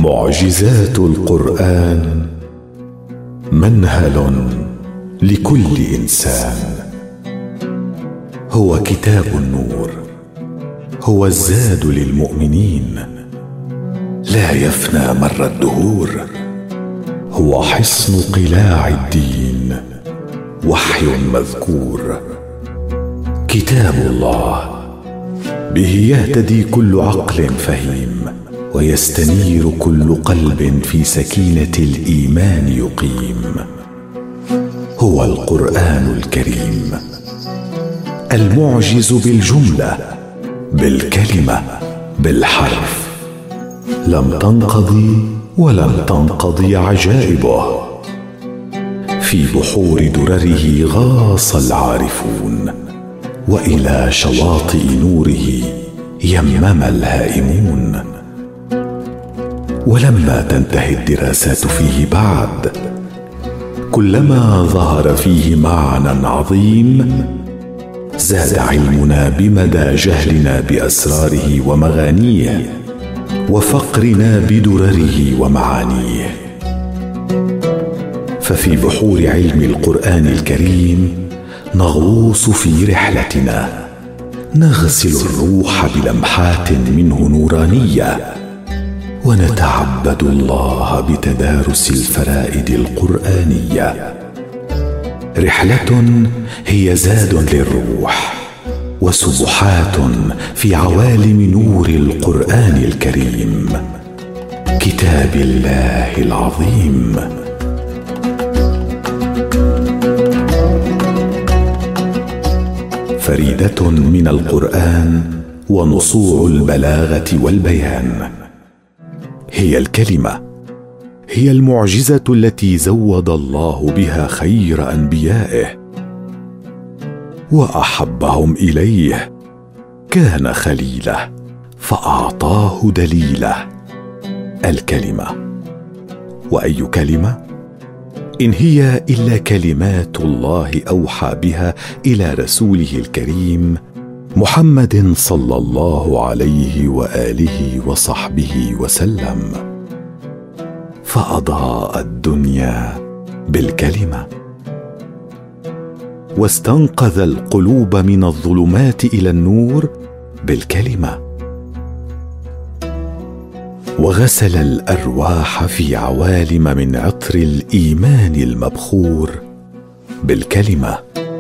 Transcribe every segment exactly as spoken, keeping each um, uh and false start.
معجزات القرآن منهل لكل إنسان. هو كتاب النور، هو الزاد للمؤمنين، لا يفنى مر الدهور. هو حصن قلاع الدين، وحي مذكور. كتاب الله به يهتدي كل عقل فهيم، ويستنير كل قلب في سكينة الإيمان يقيم. هو القرآن الكريم المعجز بالجملة، بالكلمة، بالحرف. لم تنقضي ولم تنقضي عجائبه. في بحور درره غاص العارفون، وإلى شواطئ نوره يمم الهائمون. ولما تنتهي الدراسات فيه بعد، كلما ظهر فيه معنى عظيم، زاد علمنا بمدى جهلنا بأسراره ومغانيه، وفقرنا بدرره ومعانيه. ففي بحور علم القرآن الكريم نغوص في رحلتنا، نغسل الروح بلمحات منه نورانية، ونتعبد الله بتدارس الفرائد القرآنية. رحلة هي زاد للروح، وسبحات في عوالم نور القرآن الكريم، كتاب الله العظيم. فريدة من القرآن ونصوع البلاغة والبيان. هي الكلمة، هي المعجزة التي زود الله بها خير أنبيائه وأحبهم إليه. كان خليله فأعطاه دليله، الكلمة. وأي كلمة؟ إن هي إلا كلمات الله أوحى بها إلى رسوله الكريم محمد صلى الله عليه وآله وصحبه وسلم. فأضاء الدنيا بالكلمة، واستنقذ القلوب من الظلمات إلى النور بالكلمة، وغسل الأرواح في عوالم من عطر الإيمان المبخور بالكلمة.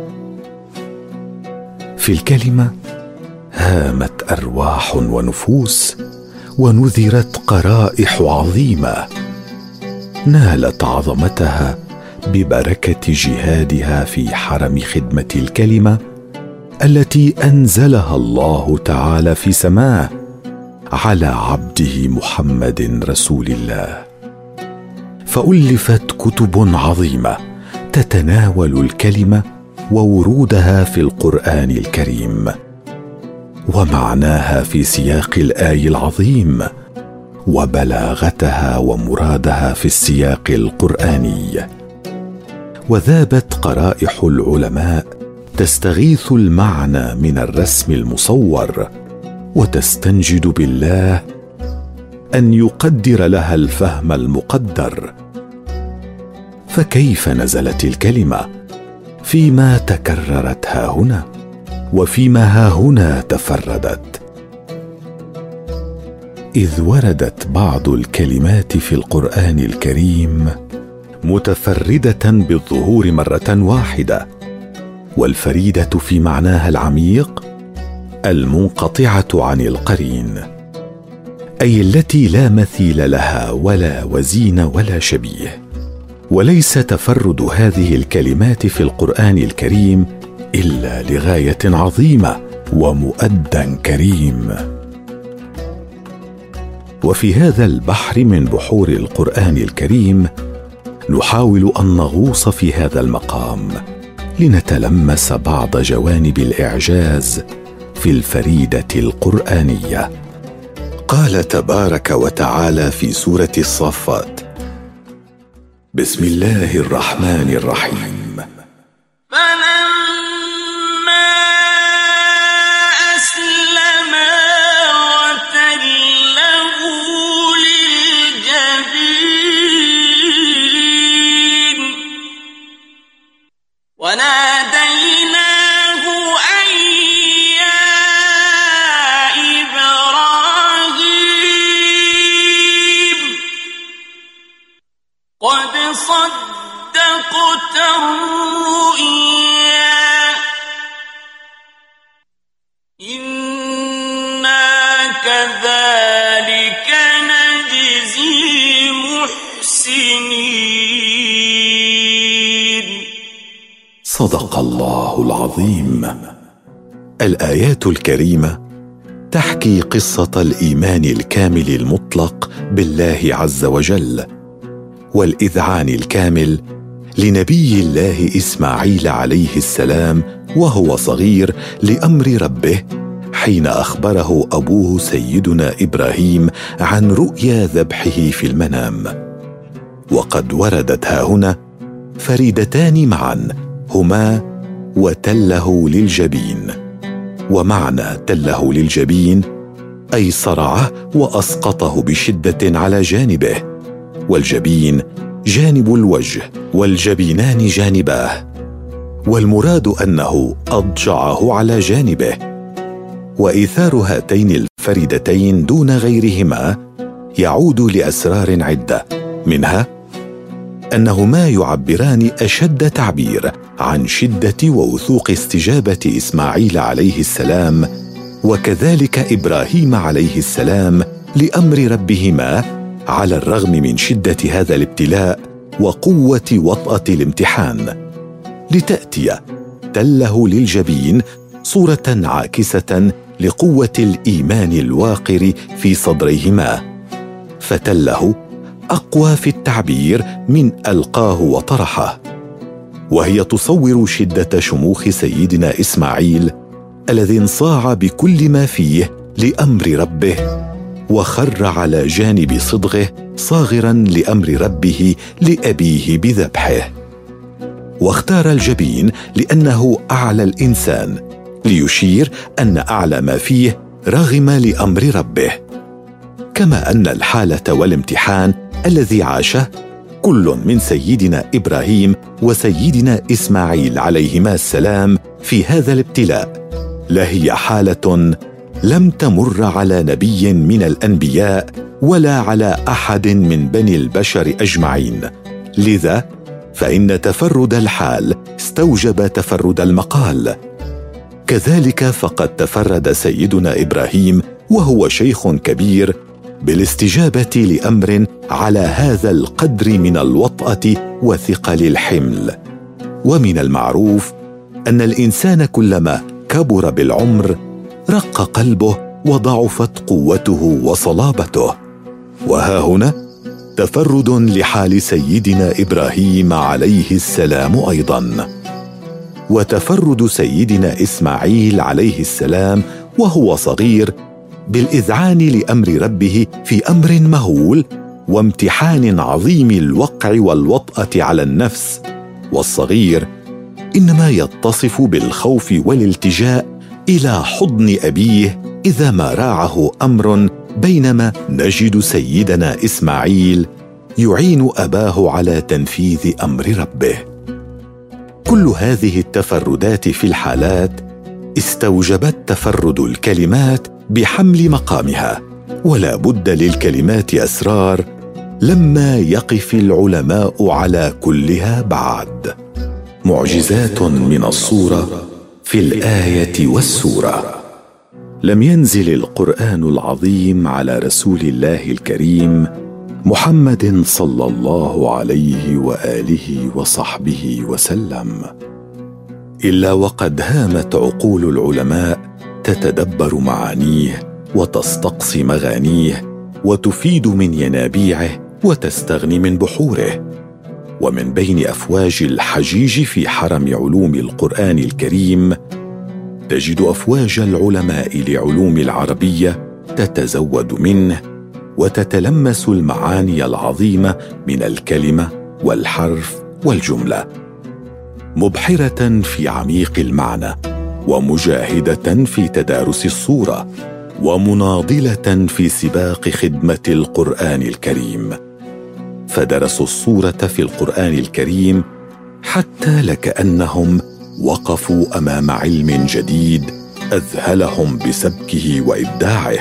في الكلمة هامت أرواح ونفوس، ونذرت قرائح عظيمة، نالت عظمتها ببركة جهادها في حرم خدمة الكلمة التي أنزلها الله تعالى في سماه على عبده محمد رسول الله. فألفت كتب عظيمة تتناول الكلمة وورودها في القرآن الكريم، ومعناها في سياق الآي العظيم، وبلاغتها ومرادها في السياق القرآني. وذابت قرائح العلماء تستغيث المعنى من الرسم المصور، وتستنجد بالله أن يقدر لها الفهم المقدر. فكيف نزلت الكلمة فيما تكررت هاهنا، وفيما هاهنا تفردت؟ إذ وردت بعض الكلمات في القرآن الكريم متفردة بالظهور مرة واحدة، والفريدة في معناها العميق المنقطعة عن القرين، أي التي لا مثيل لها ولا وزين ولا شبيه. وليس تفرد هذه الكلمات في القرآن الكريم إلا لغاية عظيمة ومؤدى كريم. وفي هذا البحر من بحور القرآن الكريم نحاول أن نغوص في هذا المقام، لنتلمس بعض جوانب الإعجاز في الفريدة القرآنية. قال تبارك وتعالى في سورة الصافات: بسم الله الرحمن الرحيم. فلما أسلما وتله للجبين كذلك نجزي المحسنين. صدق الله العظيم. الآيات الكريمة تحكي قصة الإيمان الكامل المطلق بالله عز وجل، والإذعان الكامل لنبي الله إسماعيل عليه السلام وهو صغير لأمر ربه، حين أخبره أبوه سيدنا إبراهيم عن رؤيا ذبحه في المنام. وقد وردت هاهنا فريدتان معا، هما وتله للجبين. ومعنى تله للجبين أي صرعه وأسقطه بشدة على جانبه، والجبين جانب الوجه والجبينان جانباه، والمراد أنه أضجعه على جانبه. وإيثار هاتين الفريدتين دون غيرهما يعود لأسرار عدة، منها أنهما يعبران أشد تعبير عن شدة ووثوق استجابة إسماعيل عليه السلام وكذلك إبراهيم عليه السلام لأمر ربهما، على الرغم من شدة هذا الابتلاء وقوة وطأة الامتحان، لتأتي تله للجبين صورة عاكسة لقوة الإيمان الواقر في صدريهما، فتله أقوى في التعبير من ألقاه وطرحه، وهي تصور شدة شموخ سيدنا إسماعيل الذي انصاع بكل ما فيه لأمر ربه، وخر على جانب صدغه صاغرا لأمر ربه لأبيه بذبحه. واختار الجبين لأنه أعلى الإنسان، ليشير أن أعلى ما فيه رغم لأمر ربه، كما أن الحالة والامتحان الذي عاشه كل من سيدنا إبراهيم وسيدنا إسماعيل عليهما السلام في هذا الابتلاء لهي حالة لم تمر على نبي من الأنبياء ولا على أحد من بني البشر أجمعين، لذا فإن تفرد الحال استوجب تفرد المقال. كذلك فقد تفرد سيدنا إبراهيم وهو شيخ كبير بالاستجابة لأمر على هذا القدر من الوطأة وثقل الحمل. ومن المعروف أن الإنسان كلما كبر بالعمر رق قلبه وضعفت قوته وصلابته، وها هنا تفرد لحال سيدنا إبراهيم عليه السلام أيضا، وتفرد سيدنا إسماعيل عليه السلام وهو صغير بالإذعان لأمر ربه في أمر مهول وامتحان عظيم الوقع والوطأة على النفس. والصغير إنما يتصف بالخوف والالتجاء إلى حضن أبيه إذا ما راعه أمر، بينما نجد سيدنا إسماعيل يعين أباه على تنفيذ أمر ربه. كل هذه التفردات في الحالات استوجبت تفرد الكلمات بحمل مقامها، ولا بد للكلمات أسرار لما يقف العلماء على كلها بعد. معجزات من الصورة في الآية والسورة. لم ينزل القرآن العظيم على رسول الله الكريم محمد صلى الله عليه وآله وصحبه وسلم إلا وقد هامت عقول العلماء تتدبر معانيه وتستقصي مغانيه وتفيد من ينابيعه وتستغني من بحوره. ومن بين أفواج الحجيج في حرم علوم القرآن الكريم تجد أفواج العلماء لعلوم العربية تتزود منه وتتلمس المعاني العظيمة من الكلمة والحرف والجملة، مبحرة في عميق المعنى ومجاهدة في تدارس الصورة ومناضلة في سباق خدمة القرآن الكريم. فدرسوا الصورة في القرآن الكريم حتى لكأنهم وقفوا أمام علم جديد أذهلهم بسبكه وإبداعه،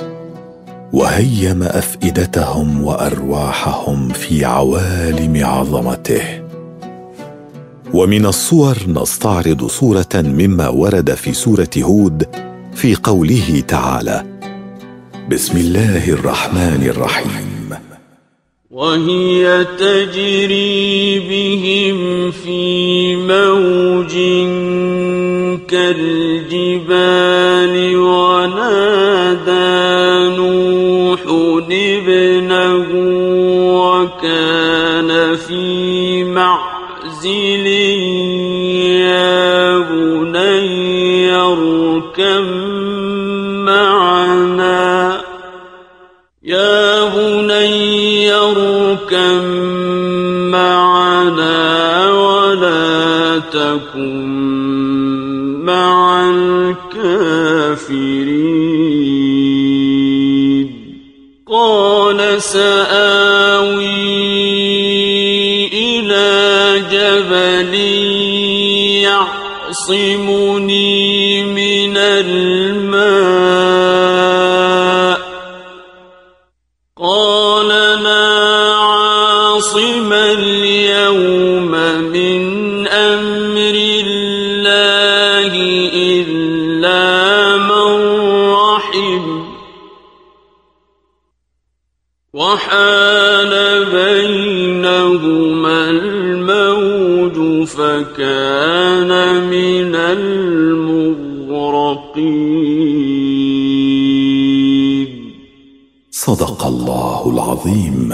وهيم أفئدتهم وأرواحهم في عوالم عظمته. ومن الصور نستعرض صورة مما ورد في سورة هود في قوله تعالى: بسم الله الرحمن الرحيم. وهي تجري بهم في موج كالجبال ونادى نوح ابنه وكان في معزل يا بني اركب معنا يا بني اركب معنا ولا تكن مع الكافرين قال سآوي إلى جبل يعصمني من الماء قال لا عاصم اليوم من أمر الله إلا من رحم وحال بينهما الموج فكان من المغرقين. صدق الله العظيم.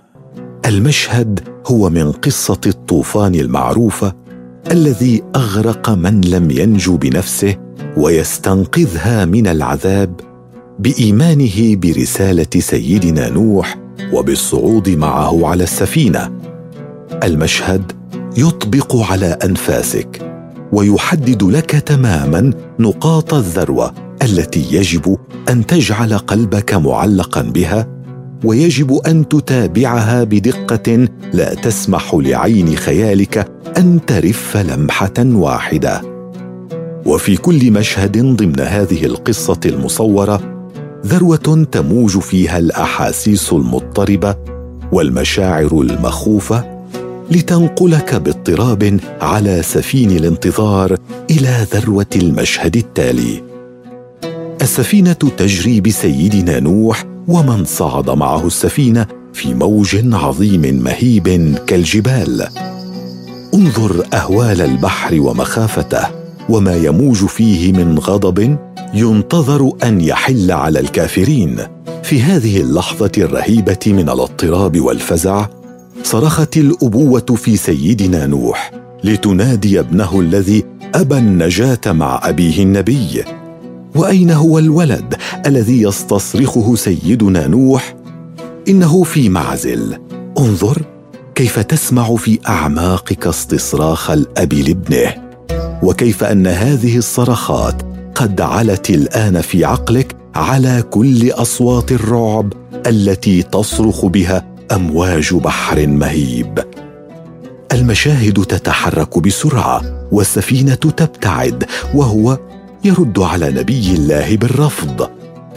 المشهد هو من قصة الطوفان المعروفة الذي أغرق من لم ينجو بنفسه ويستنقذها من العذاب بإيمانه برسالة سيدنا نوح وبالصعود معه على السفينة. المشهد يطبق على أنفاسك ويحدد لك تماما نقاط الذروة التي يجب أن تجعل قلبك معلقا بها، ويجب أن تتابعها بدقة لا تسمح لعين خيالك أن ترف لمحة واحدة. وفي كل مشهد ضمن هذه القصة المصورة ذروة تموج فيها الأحاسيس المضطربة والمشاعر المخوفة لتنقلك باضطراب على سفين الانتظار إلى ذروة المشهد التالي. السفينة تجري بسيدنا نوح ومن صعد معه السفينة في موج عظيم مهيب كالجبال. انظر أهوال البحر ومخافته وما يموج فيه من غضب ينتظر أن يحل على الكافرين. في هذه اللحظة الرهيبة من الاضطراب والفزع صرخت الأبوة في سيدنا نوح لتنادي ابنه الذي أبى النجاة مع أبيه النبي. وأين هو الولد الذي يستصرخه سيدنا نوح؟ إنه في معزل. انظر كيف تسمع في أعماقك استصراخ الأب لابنه، وكيف أن هذه الصرخات قد علت الآن في عقلك على كل أصوات الرعب التي تصرخ بها أمواج بحر مهيب. المشاهد تتحرك بسرعة والسفينة تبتعد، وهو يرد على نبي الله بالرفض.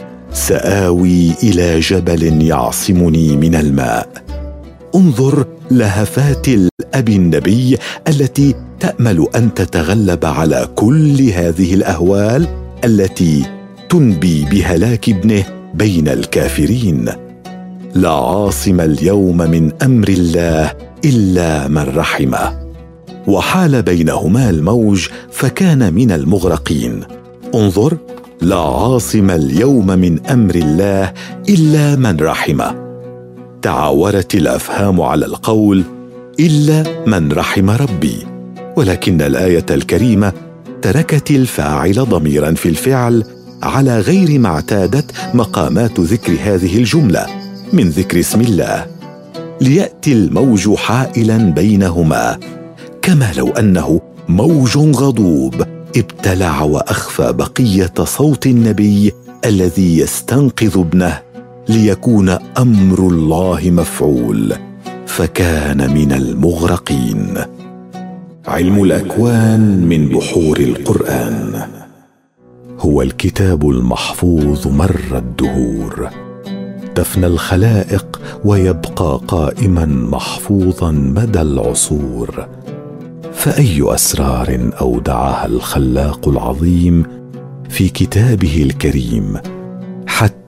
سآوي إلى جبل يعصمني من الماء. انظر لهفات الأب النبي التي تأمل أن تتغلب على كل هذه الأهوال التي تنبي بهلاك ابنه بين الكافرين. لا عاصم اليوم من أمر الله إلا من رحمه. وحال بينهما الموج فكان من المغرقين. انظر لا عاصم اليوم من أمر الله إلا من رحمه. تعاورت الأفهام على القول إلا من رحم ربي، ولكن الآية الكريمة تركت الفاعل ضميرا في الفعل على غير ما اعتادت مقامات ذكر هذه الجملة من ذكر اسم الله، ليأتي الموج حائلا بينهما، كما لو أنه موج غضوب ابتلع وأخفى بقية صوت النبي الذي يستنقذ ابنه ليكون أمر الله مفعول، فكان من المغرقين. علم الأكوان من بحور القرآن هو الكتاب المحفوظ مر الدهور. تفنى الخلائق ويبقى قائما محفوظا مدى العصور. فأي أسرار أودعها الخلاق العظيم في كتابه الكريم حتى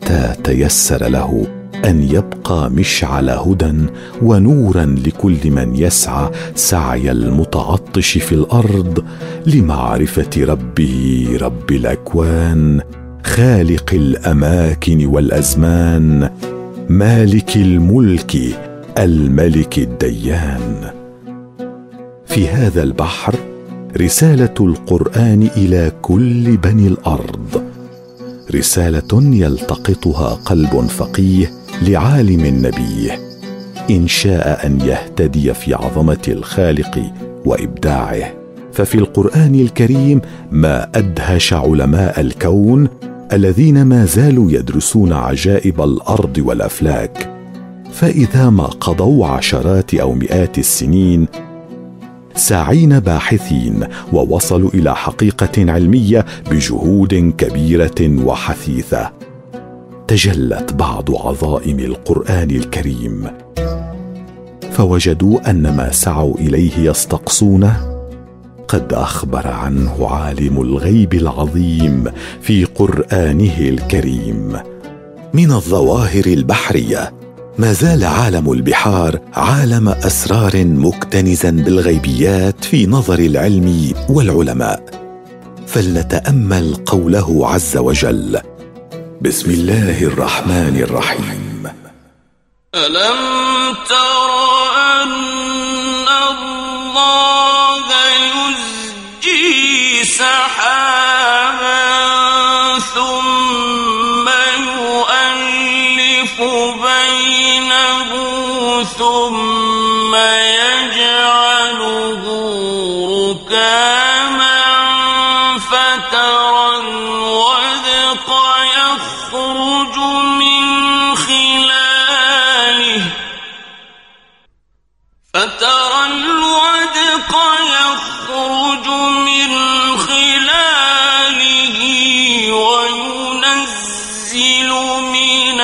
حتى تيسر له أن يبقى مشعل هدى ونورا لكل من يسعى سعي المتعطش في الأرض لمعرفة ربه رب الأكوان خالق الأماكن والأزمان مالك الملك الملك الديان. في هذا البحر رسالة القرآن إلى كل بني الأرض، رسالة يلتقطها قلب فقيه لعالم نبيه إن شاء أن يهتدي في عظمة الخالق وإبداعه. ففي القرآن الكريم ما أدهش علماء الكون الذين ما زالوا يدرسون عجائب الأرض والأفلاك، فإذا ما قضوا عشرات أو مئات السنين ساعين باحثين ووصلوا إلى حقيقة علمية بجهود كبيرة وحثيثة، تجلت بعض عظائم القرآن الكريم فوجدوا أن ما سعوا إليه يستقصونه قد أخبر عنه عالم الغيب العظيم في قرآنه الكريم. من الظواهر البحرية ما زال عالم البحار عالم أسرار مكتنزا بالغيبيات في نظر العلم والعلماء، فلنتأمل قوله عز وجل: بسم الله الرحمن الرحيم. ألم تر أن الله يزجي سحابا ثم يؤلف بينه ثم يجعله ركاما فترى الودق يخرج من خلاله فترى الودق يخرج من خلاله وينزل من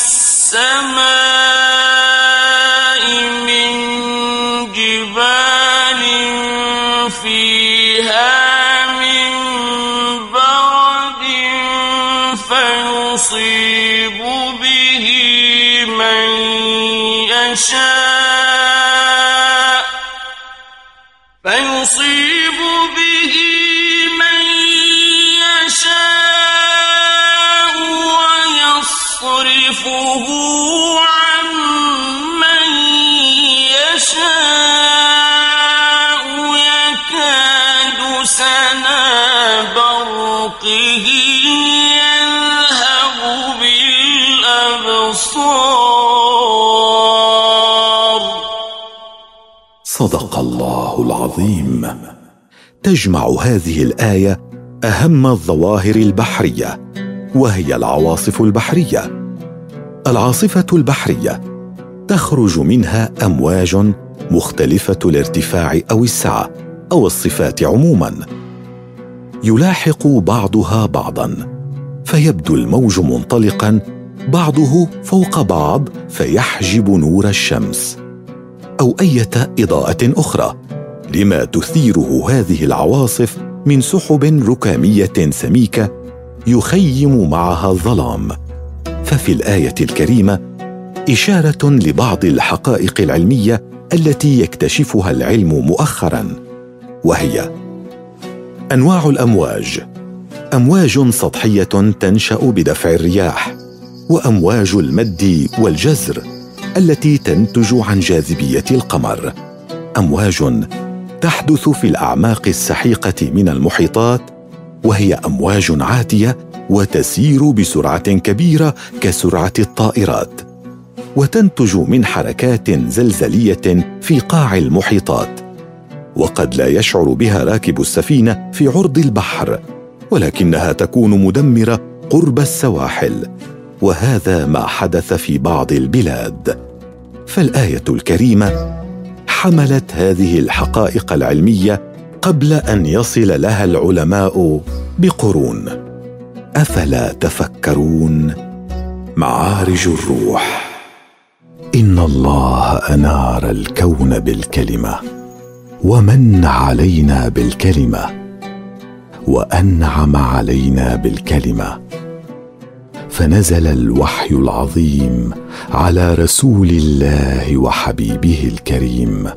السماء من جبال فيها من برد فيصيب به من يشاء فيصيب به من يشاء ويصرفه عن من يشاء يكاد سنا برقه يذهب بالأبصار. صدق الله العظيم. تجمع هذه الآية أهم الظواهر البحرية، وهي العواصف البحرية. العاصفة البحرية تخرج منها أمواج مختلفة الارتفاع أو السعة أو الصفات عموماً، يلاحق بعضها بعضاً فيبدو الموج منطلقاً بعضه فوق بعض فيحجب نور الشمس أو أية إضاءة أخرى، لما تثيره هذه العواصف من سحب ركامية سميكة يخيم معها الظلام. ففي الآية الكريمة إشارة لبعض الحقائق العلمية التي يكتشفها العلم مؤخراً، وهي أنواع الأمواج: أمواج سطحية تنشأ بدفع الرياح، وأمواج المد والجزر التي تنتج عن جاذبية القمر، أمواج تحدث في الأعماق السحيقة من المحيطات، وهي أمواج عاتية وتسير بسرعة كبيرة كسرعة الطائرات، وتنتج من حركات زلزلية في قاع المحيطات، وقد لا يشعر بها راكب السفينة في عرض البحر، ولكنها تكون مدمرة قرب السواحل، وهذا ما حدث في بعض البلاد. فالآية الكريمة حملت هذه الحقائق العلمية قبل أن يصل لها العلماء بقرون. أفلا تفكرون؟ معارج الروح. إن الله أنار الكون بالكلمة ومن علينا بالكلمة وأنعم علينا بالكلمة، فنزل الوحي العظيم على رسول الله وحبيبه الكريم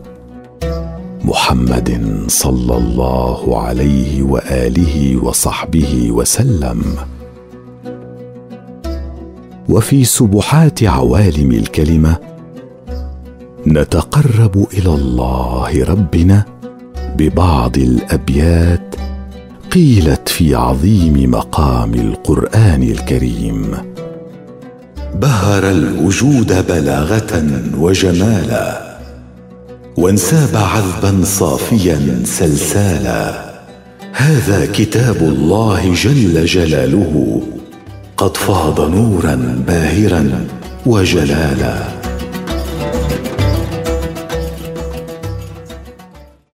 محمد صلى الله عليه واله وصحبه وسلم. وفي سبحات عوالم الكلمه نتقرب الى الله ربنا ببعض الابيات قيلت في عظيم مقام القرآن الكريم: بهر الوجود بلاغة وجمالا، وانساب عذبا صافيا سلسالا. هذا كتاب الله جل جلاله، قد فاض نورا باهرا وجلالا.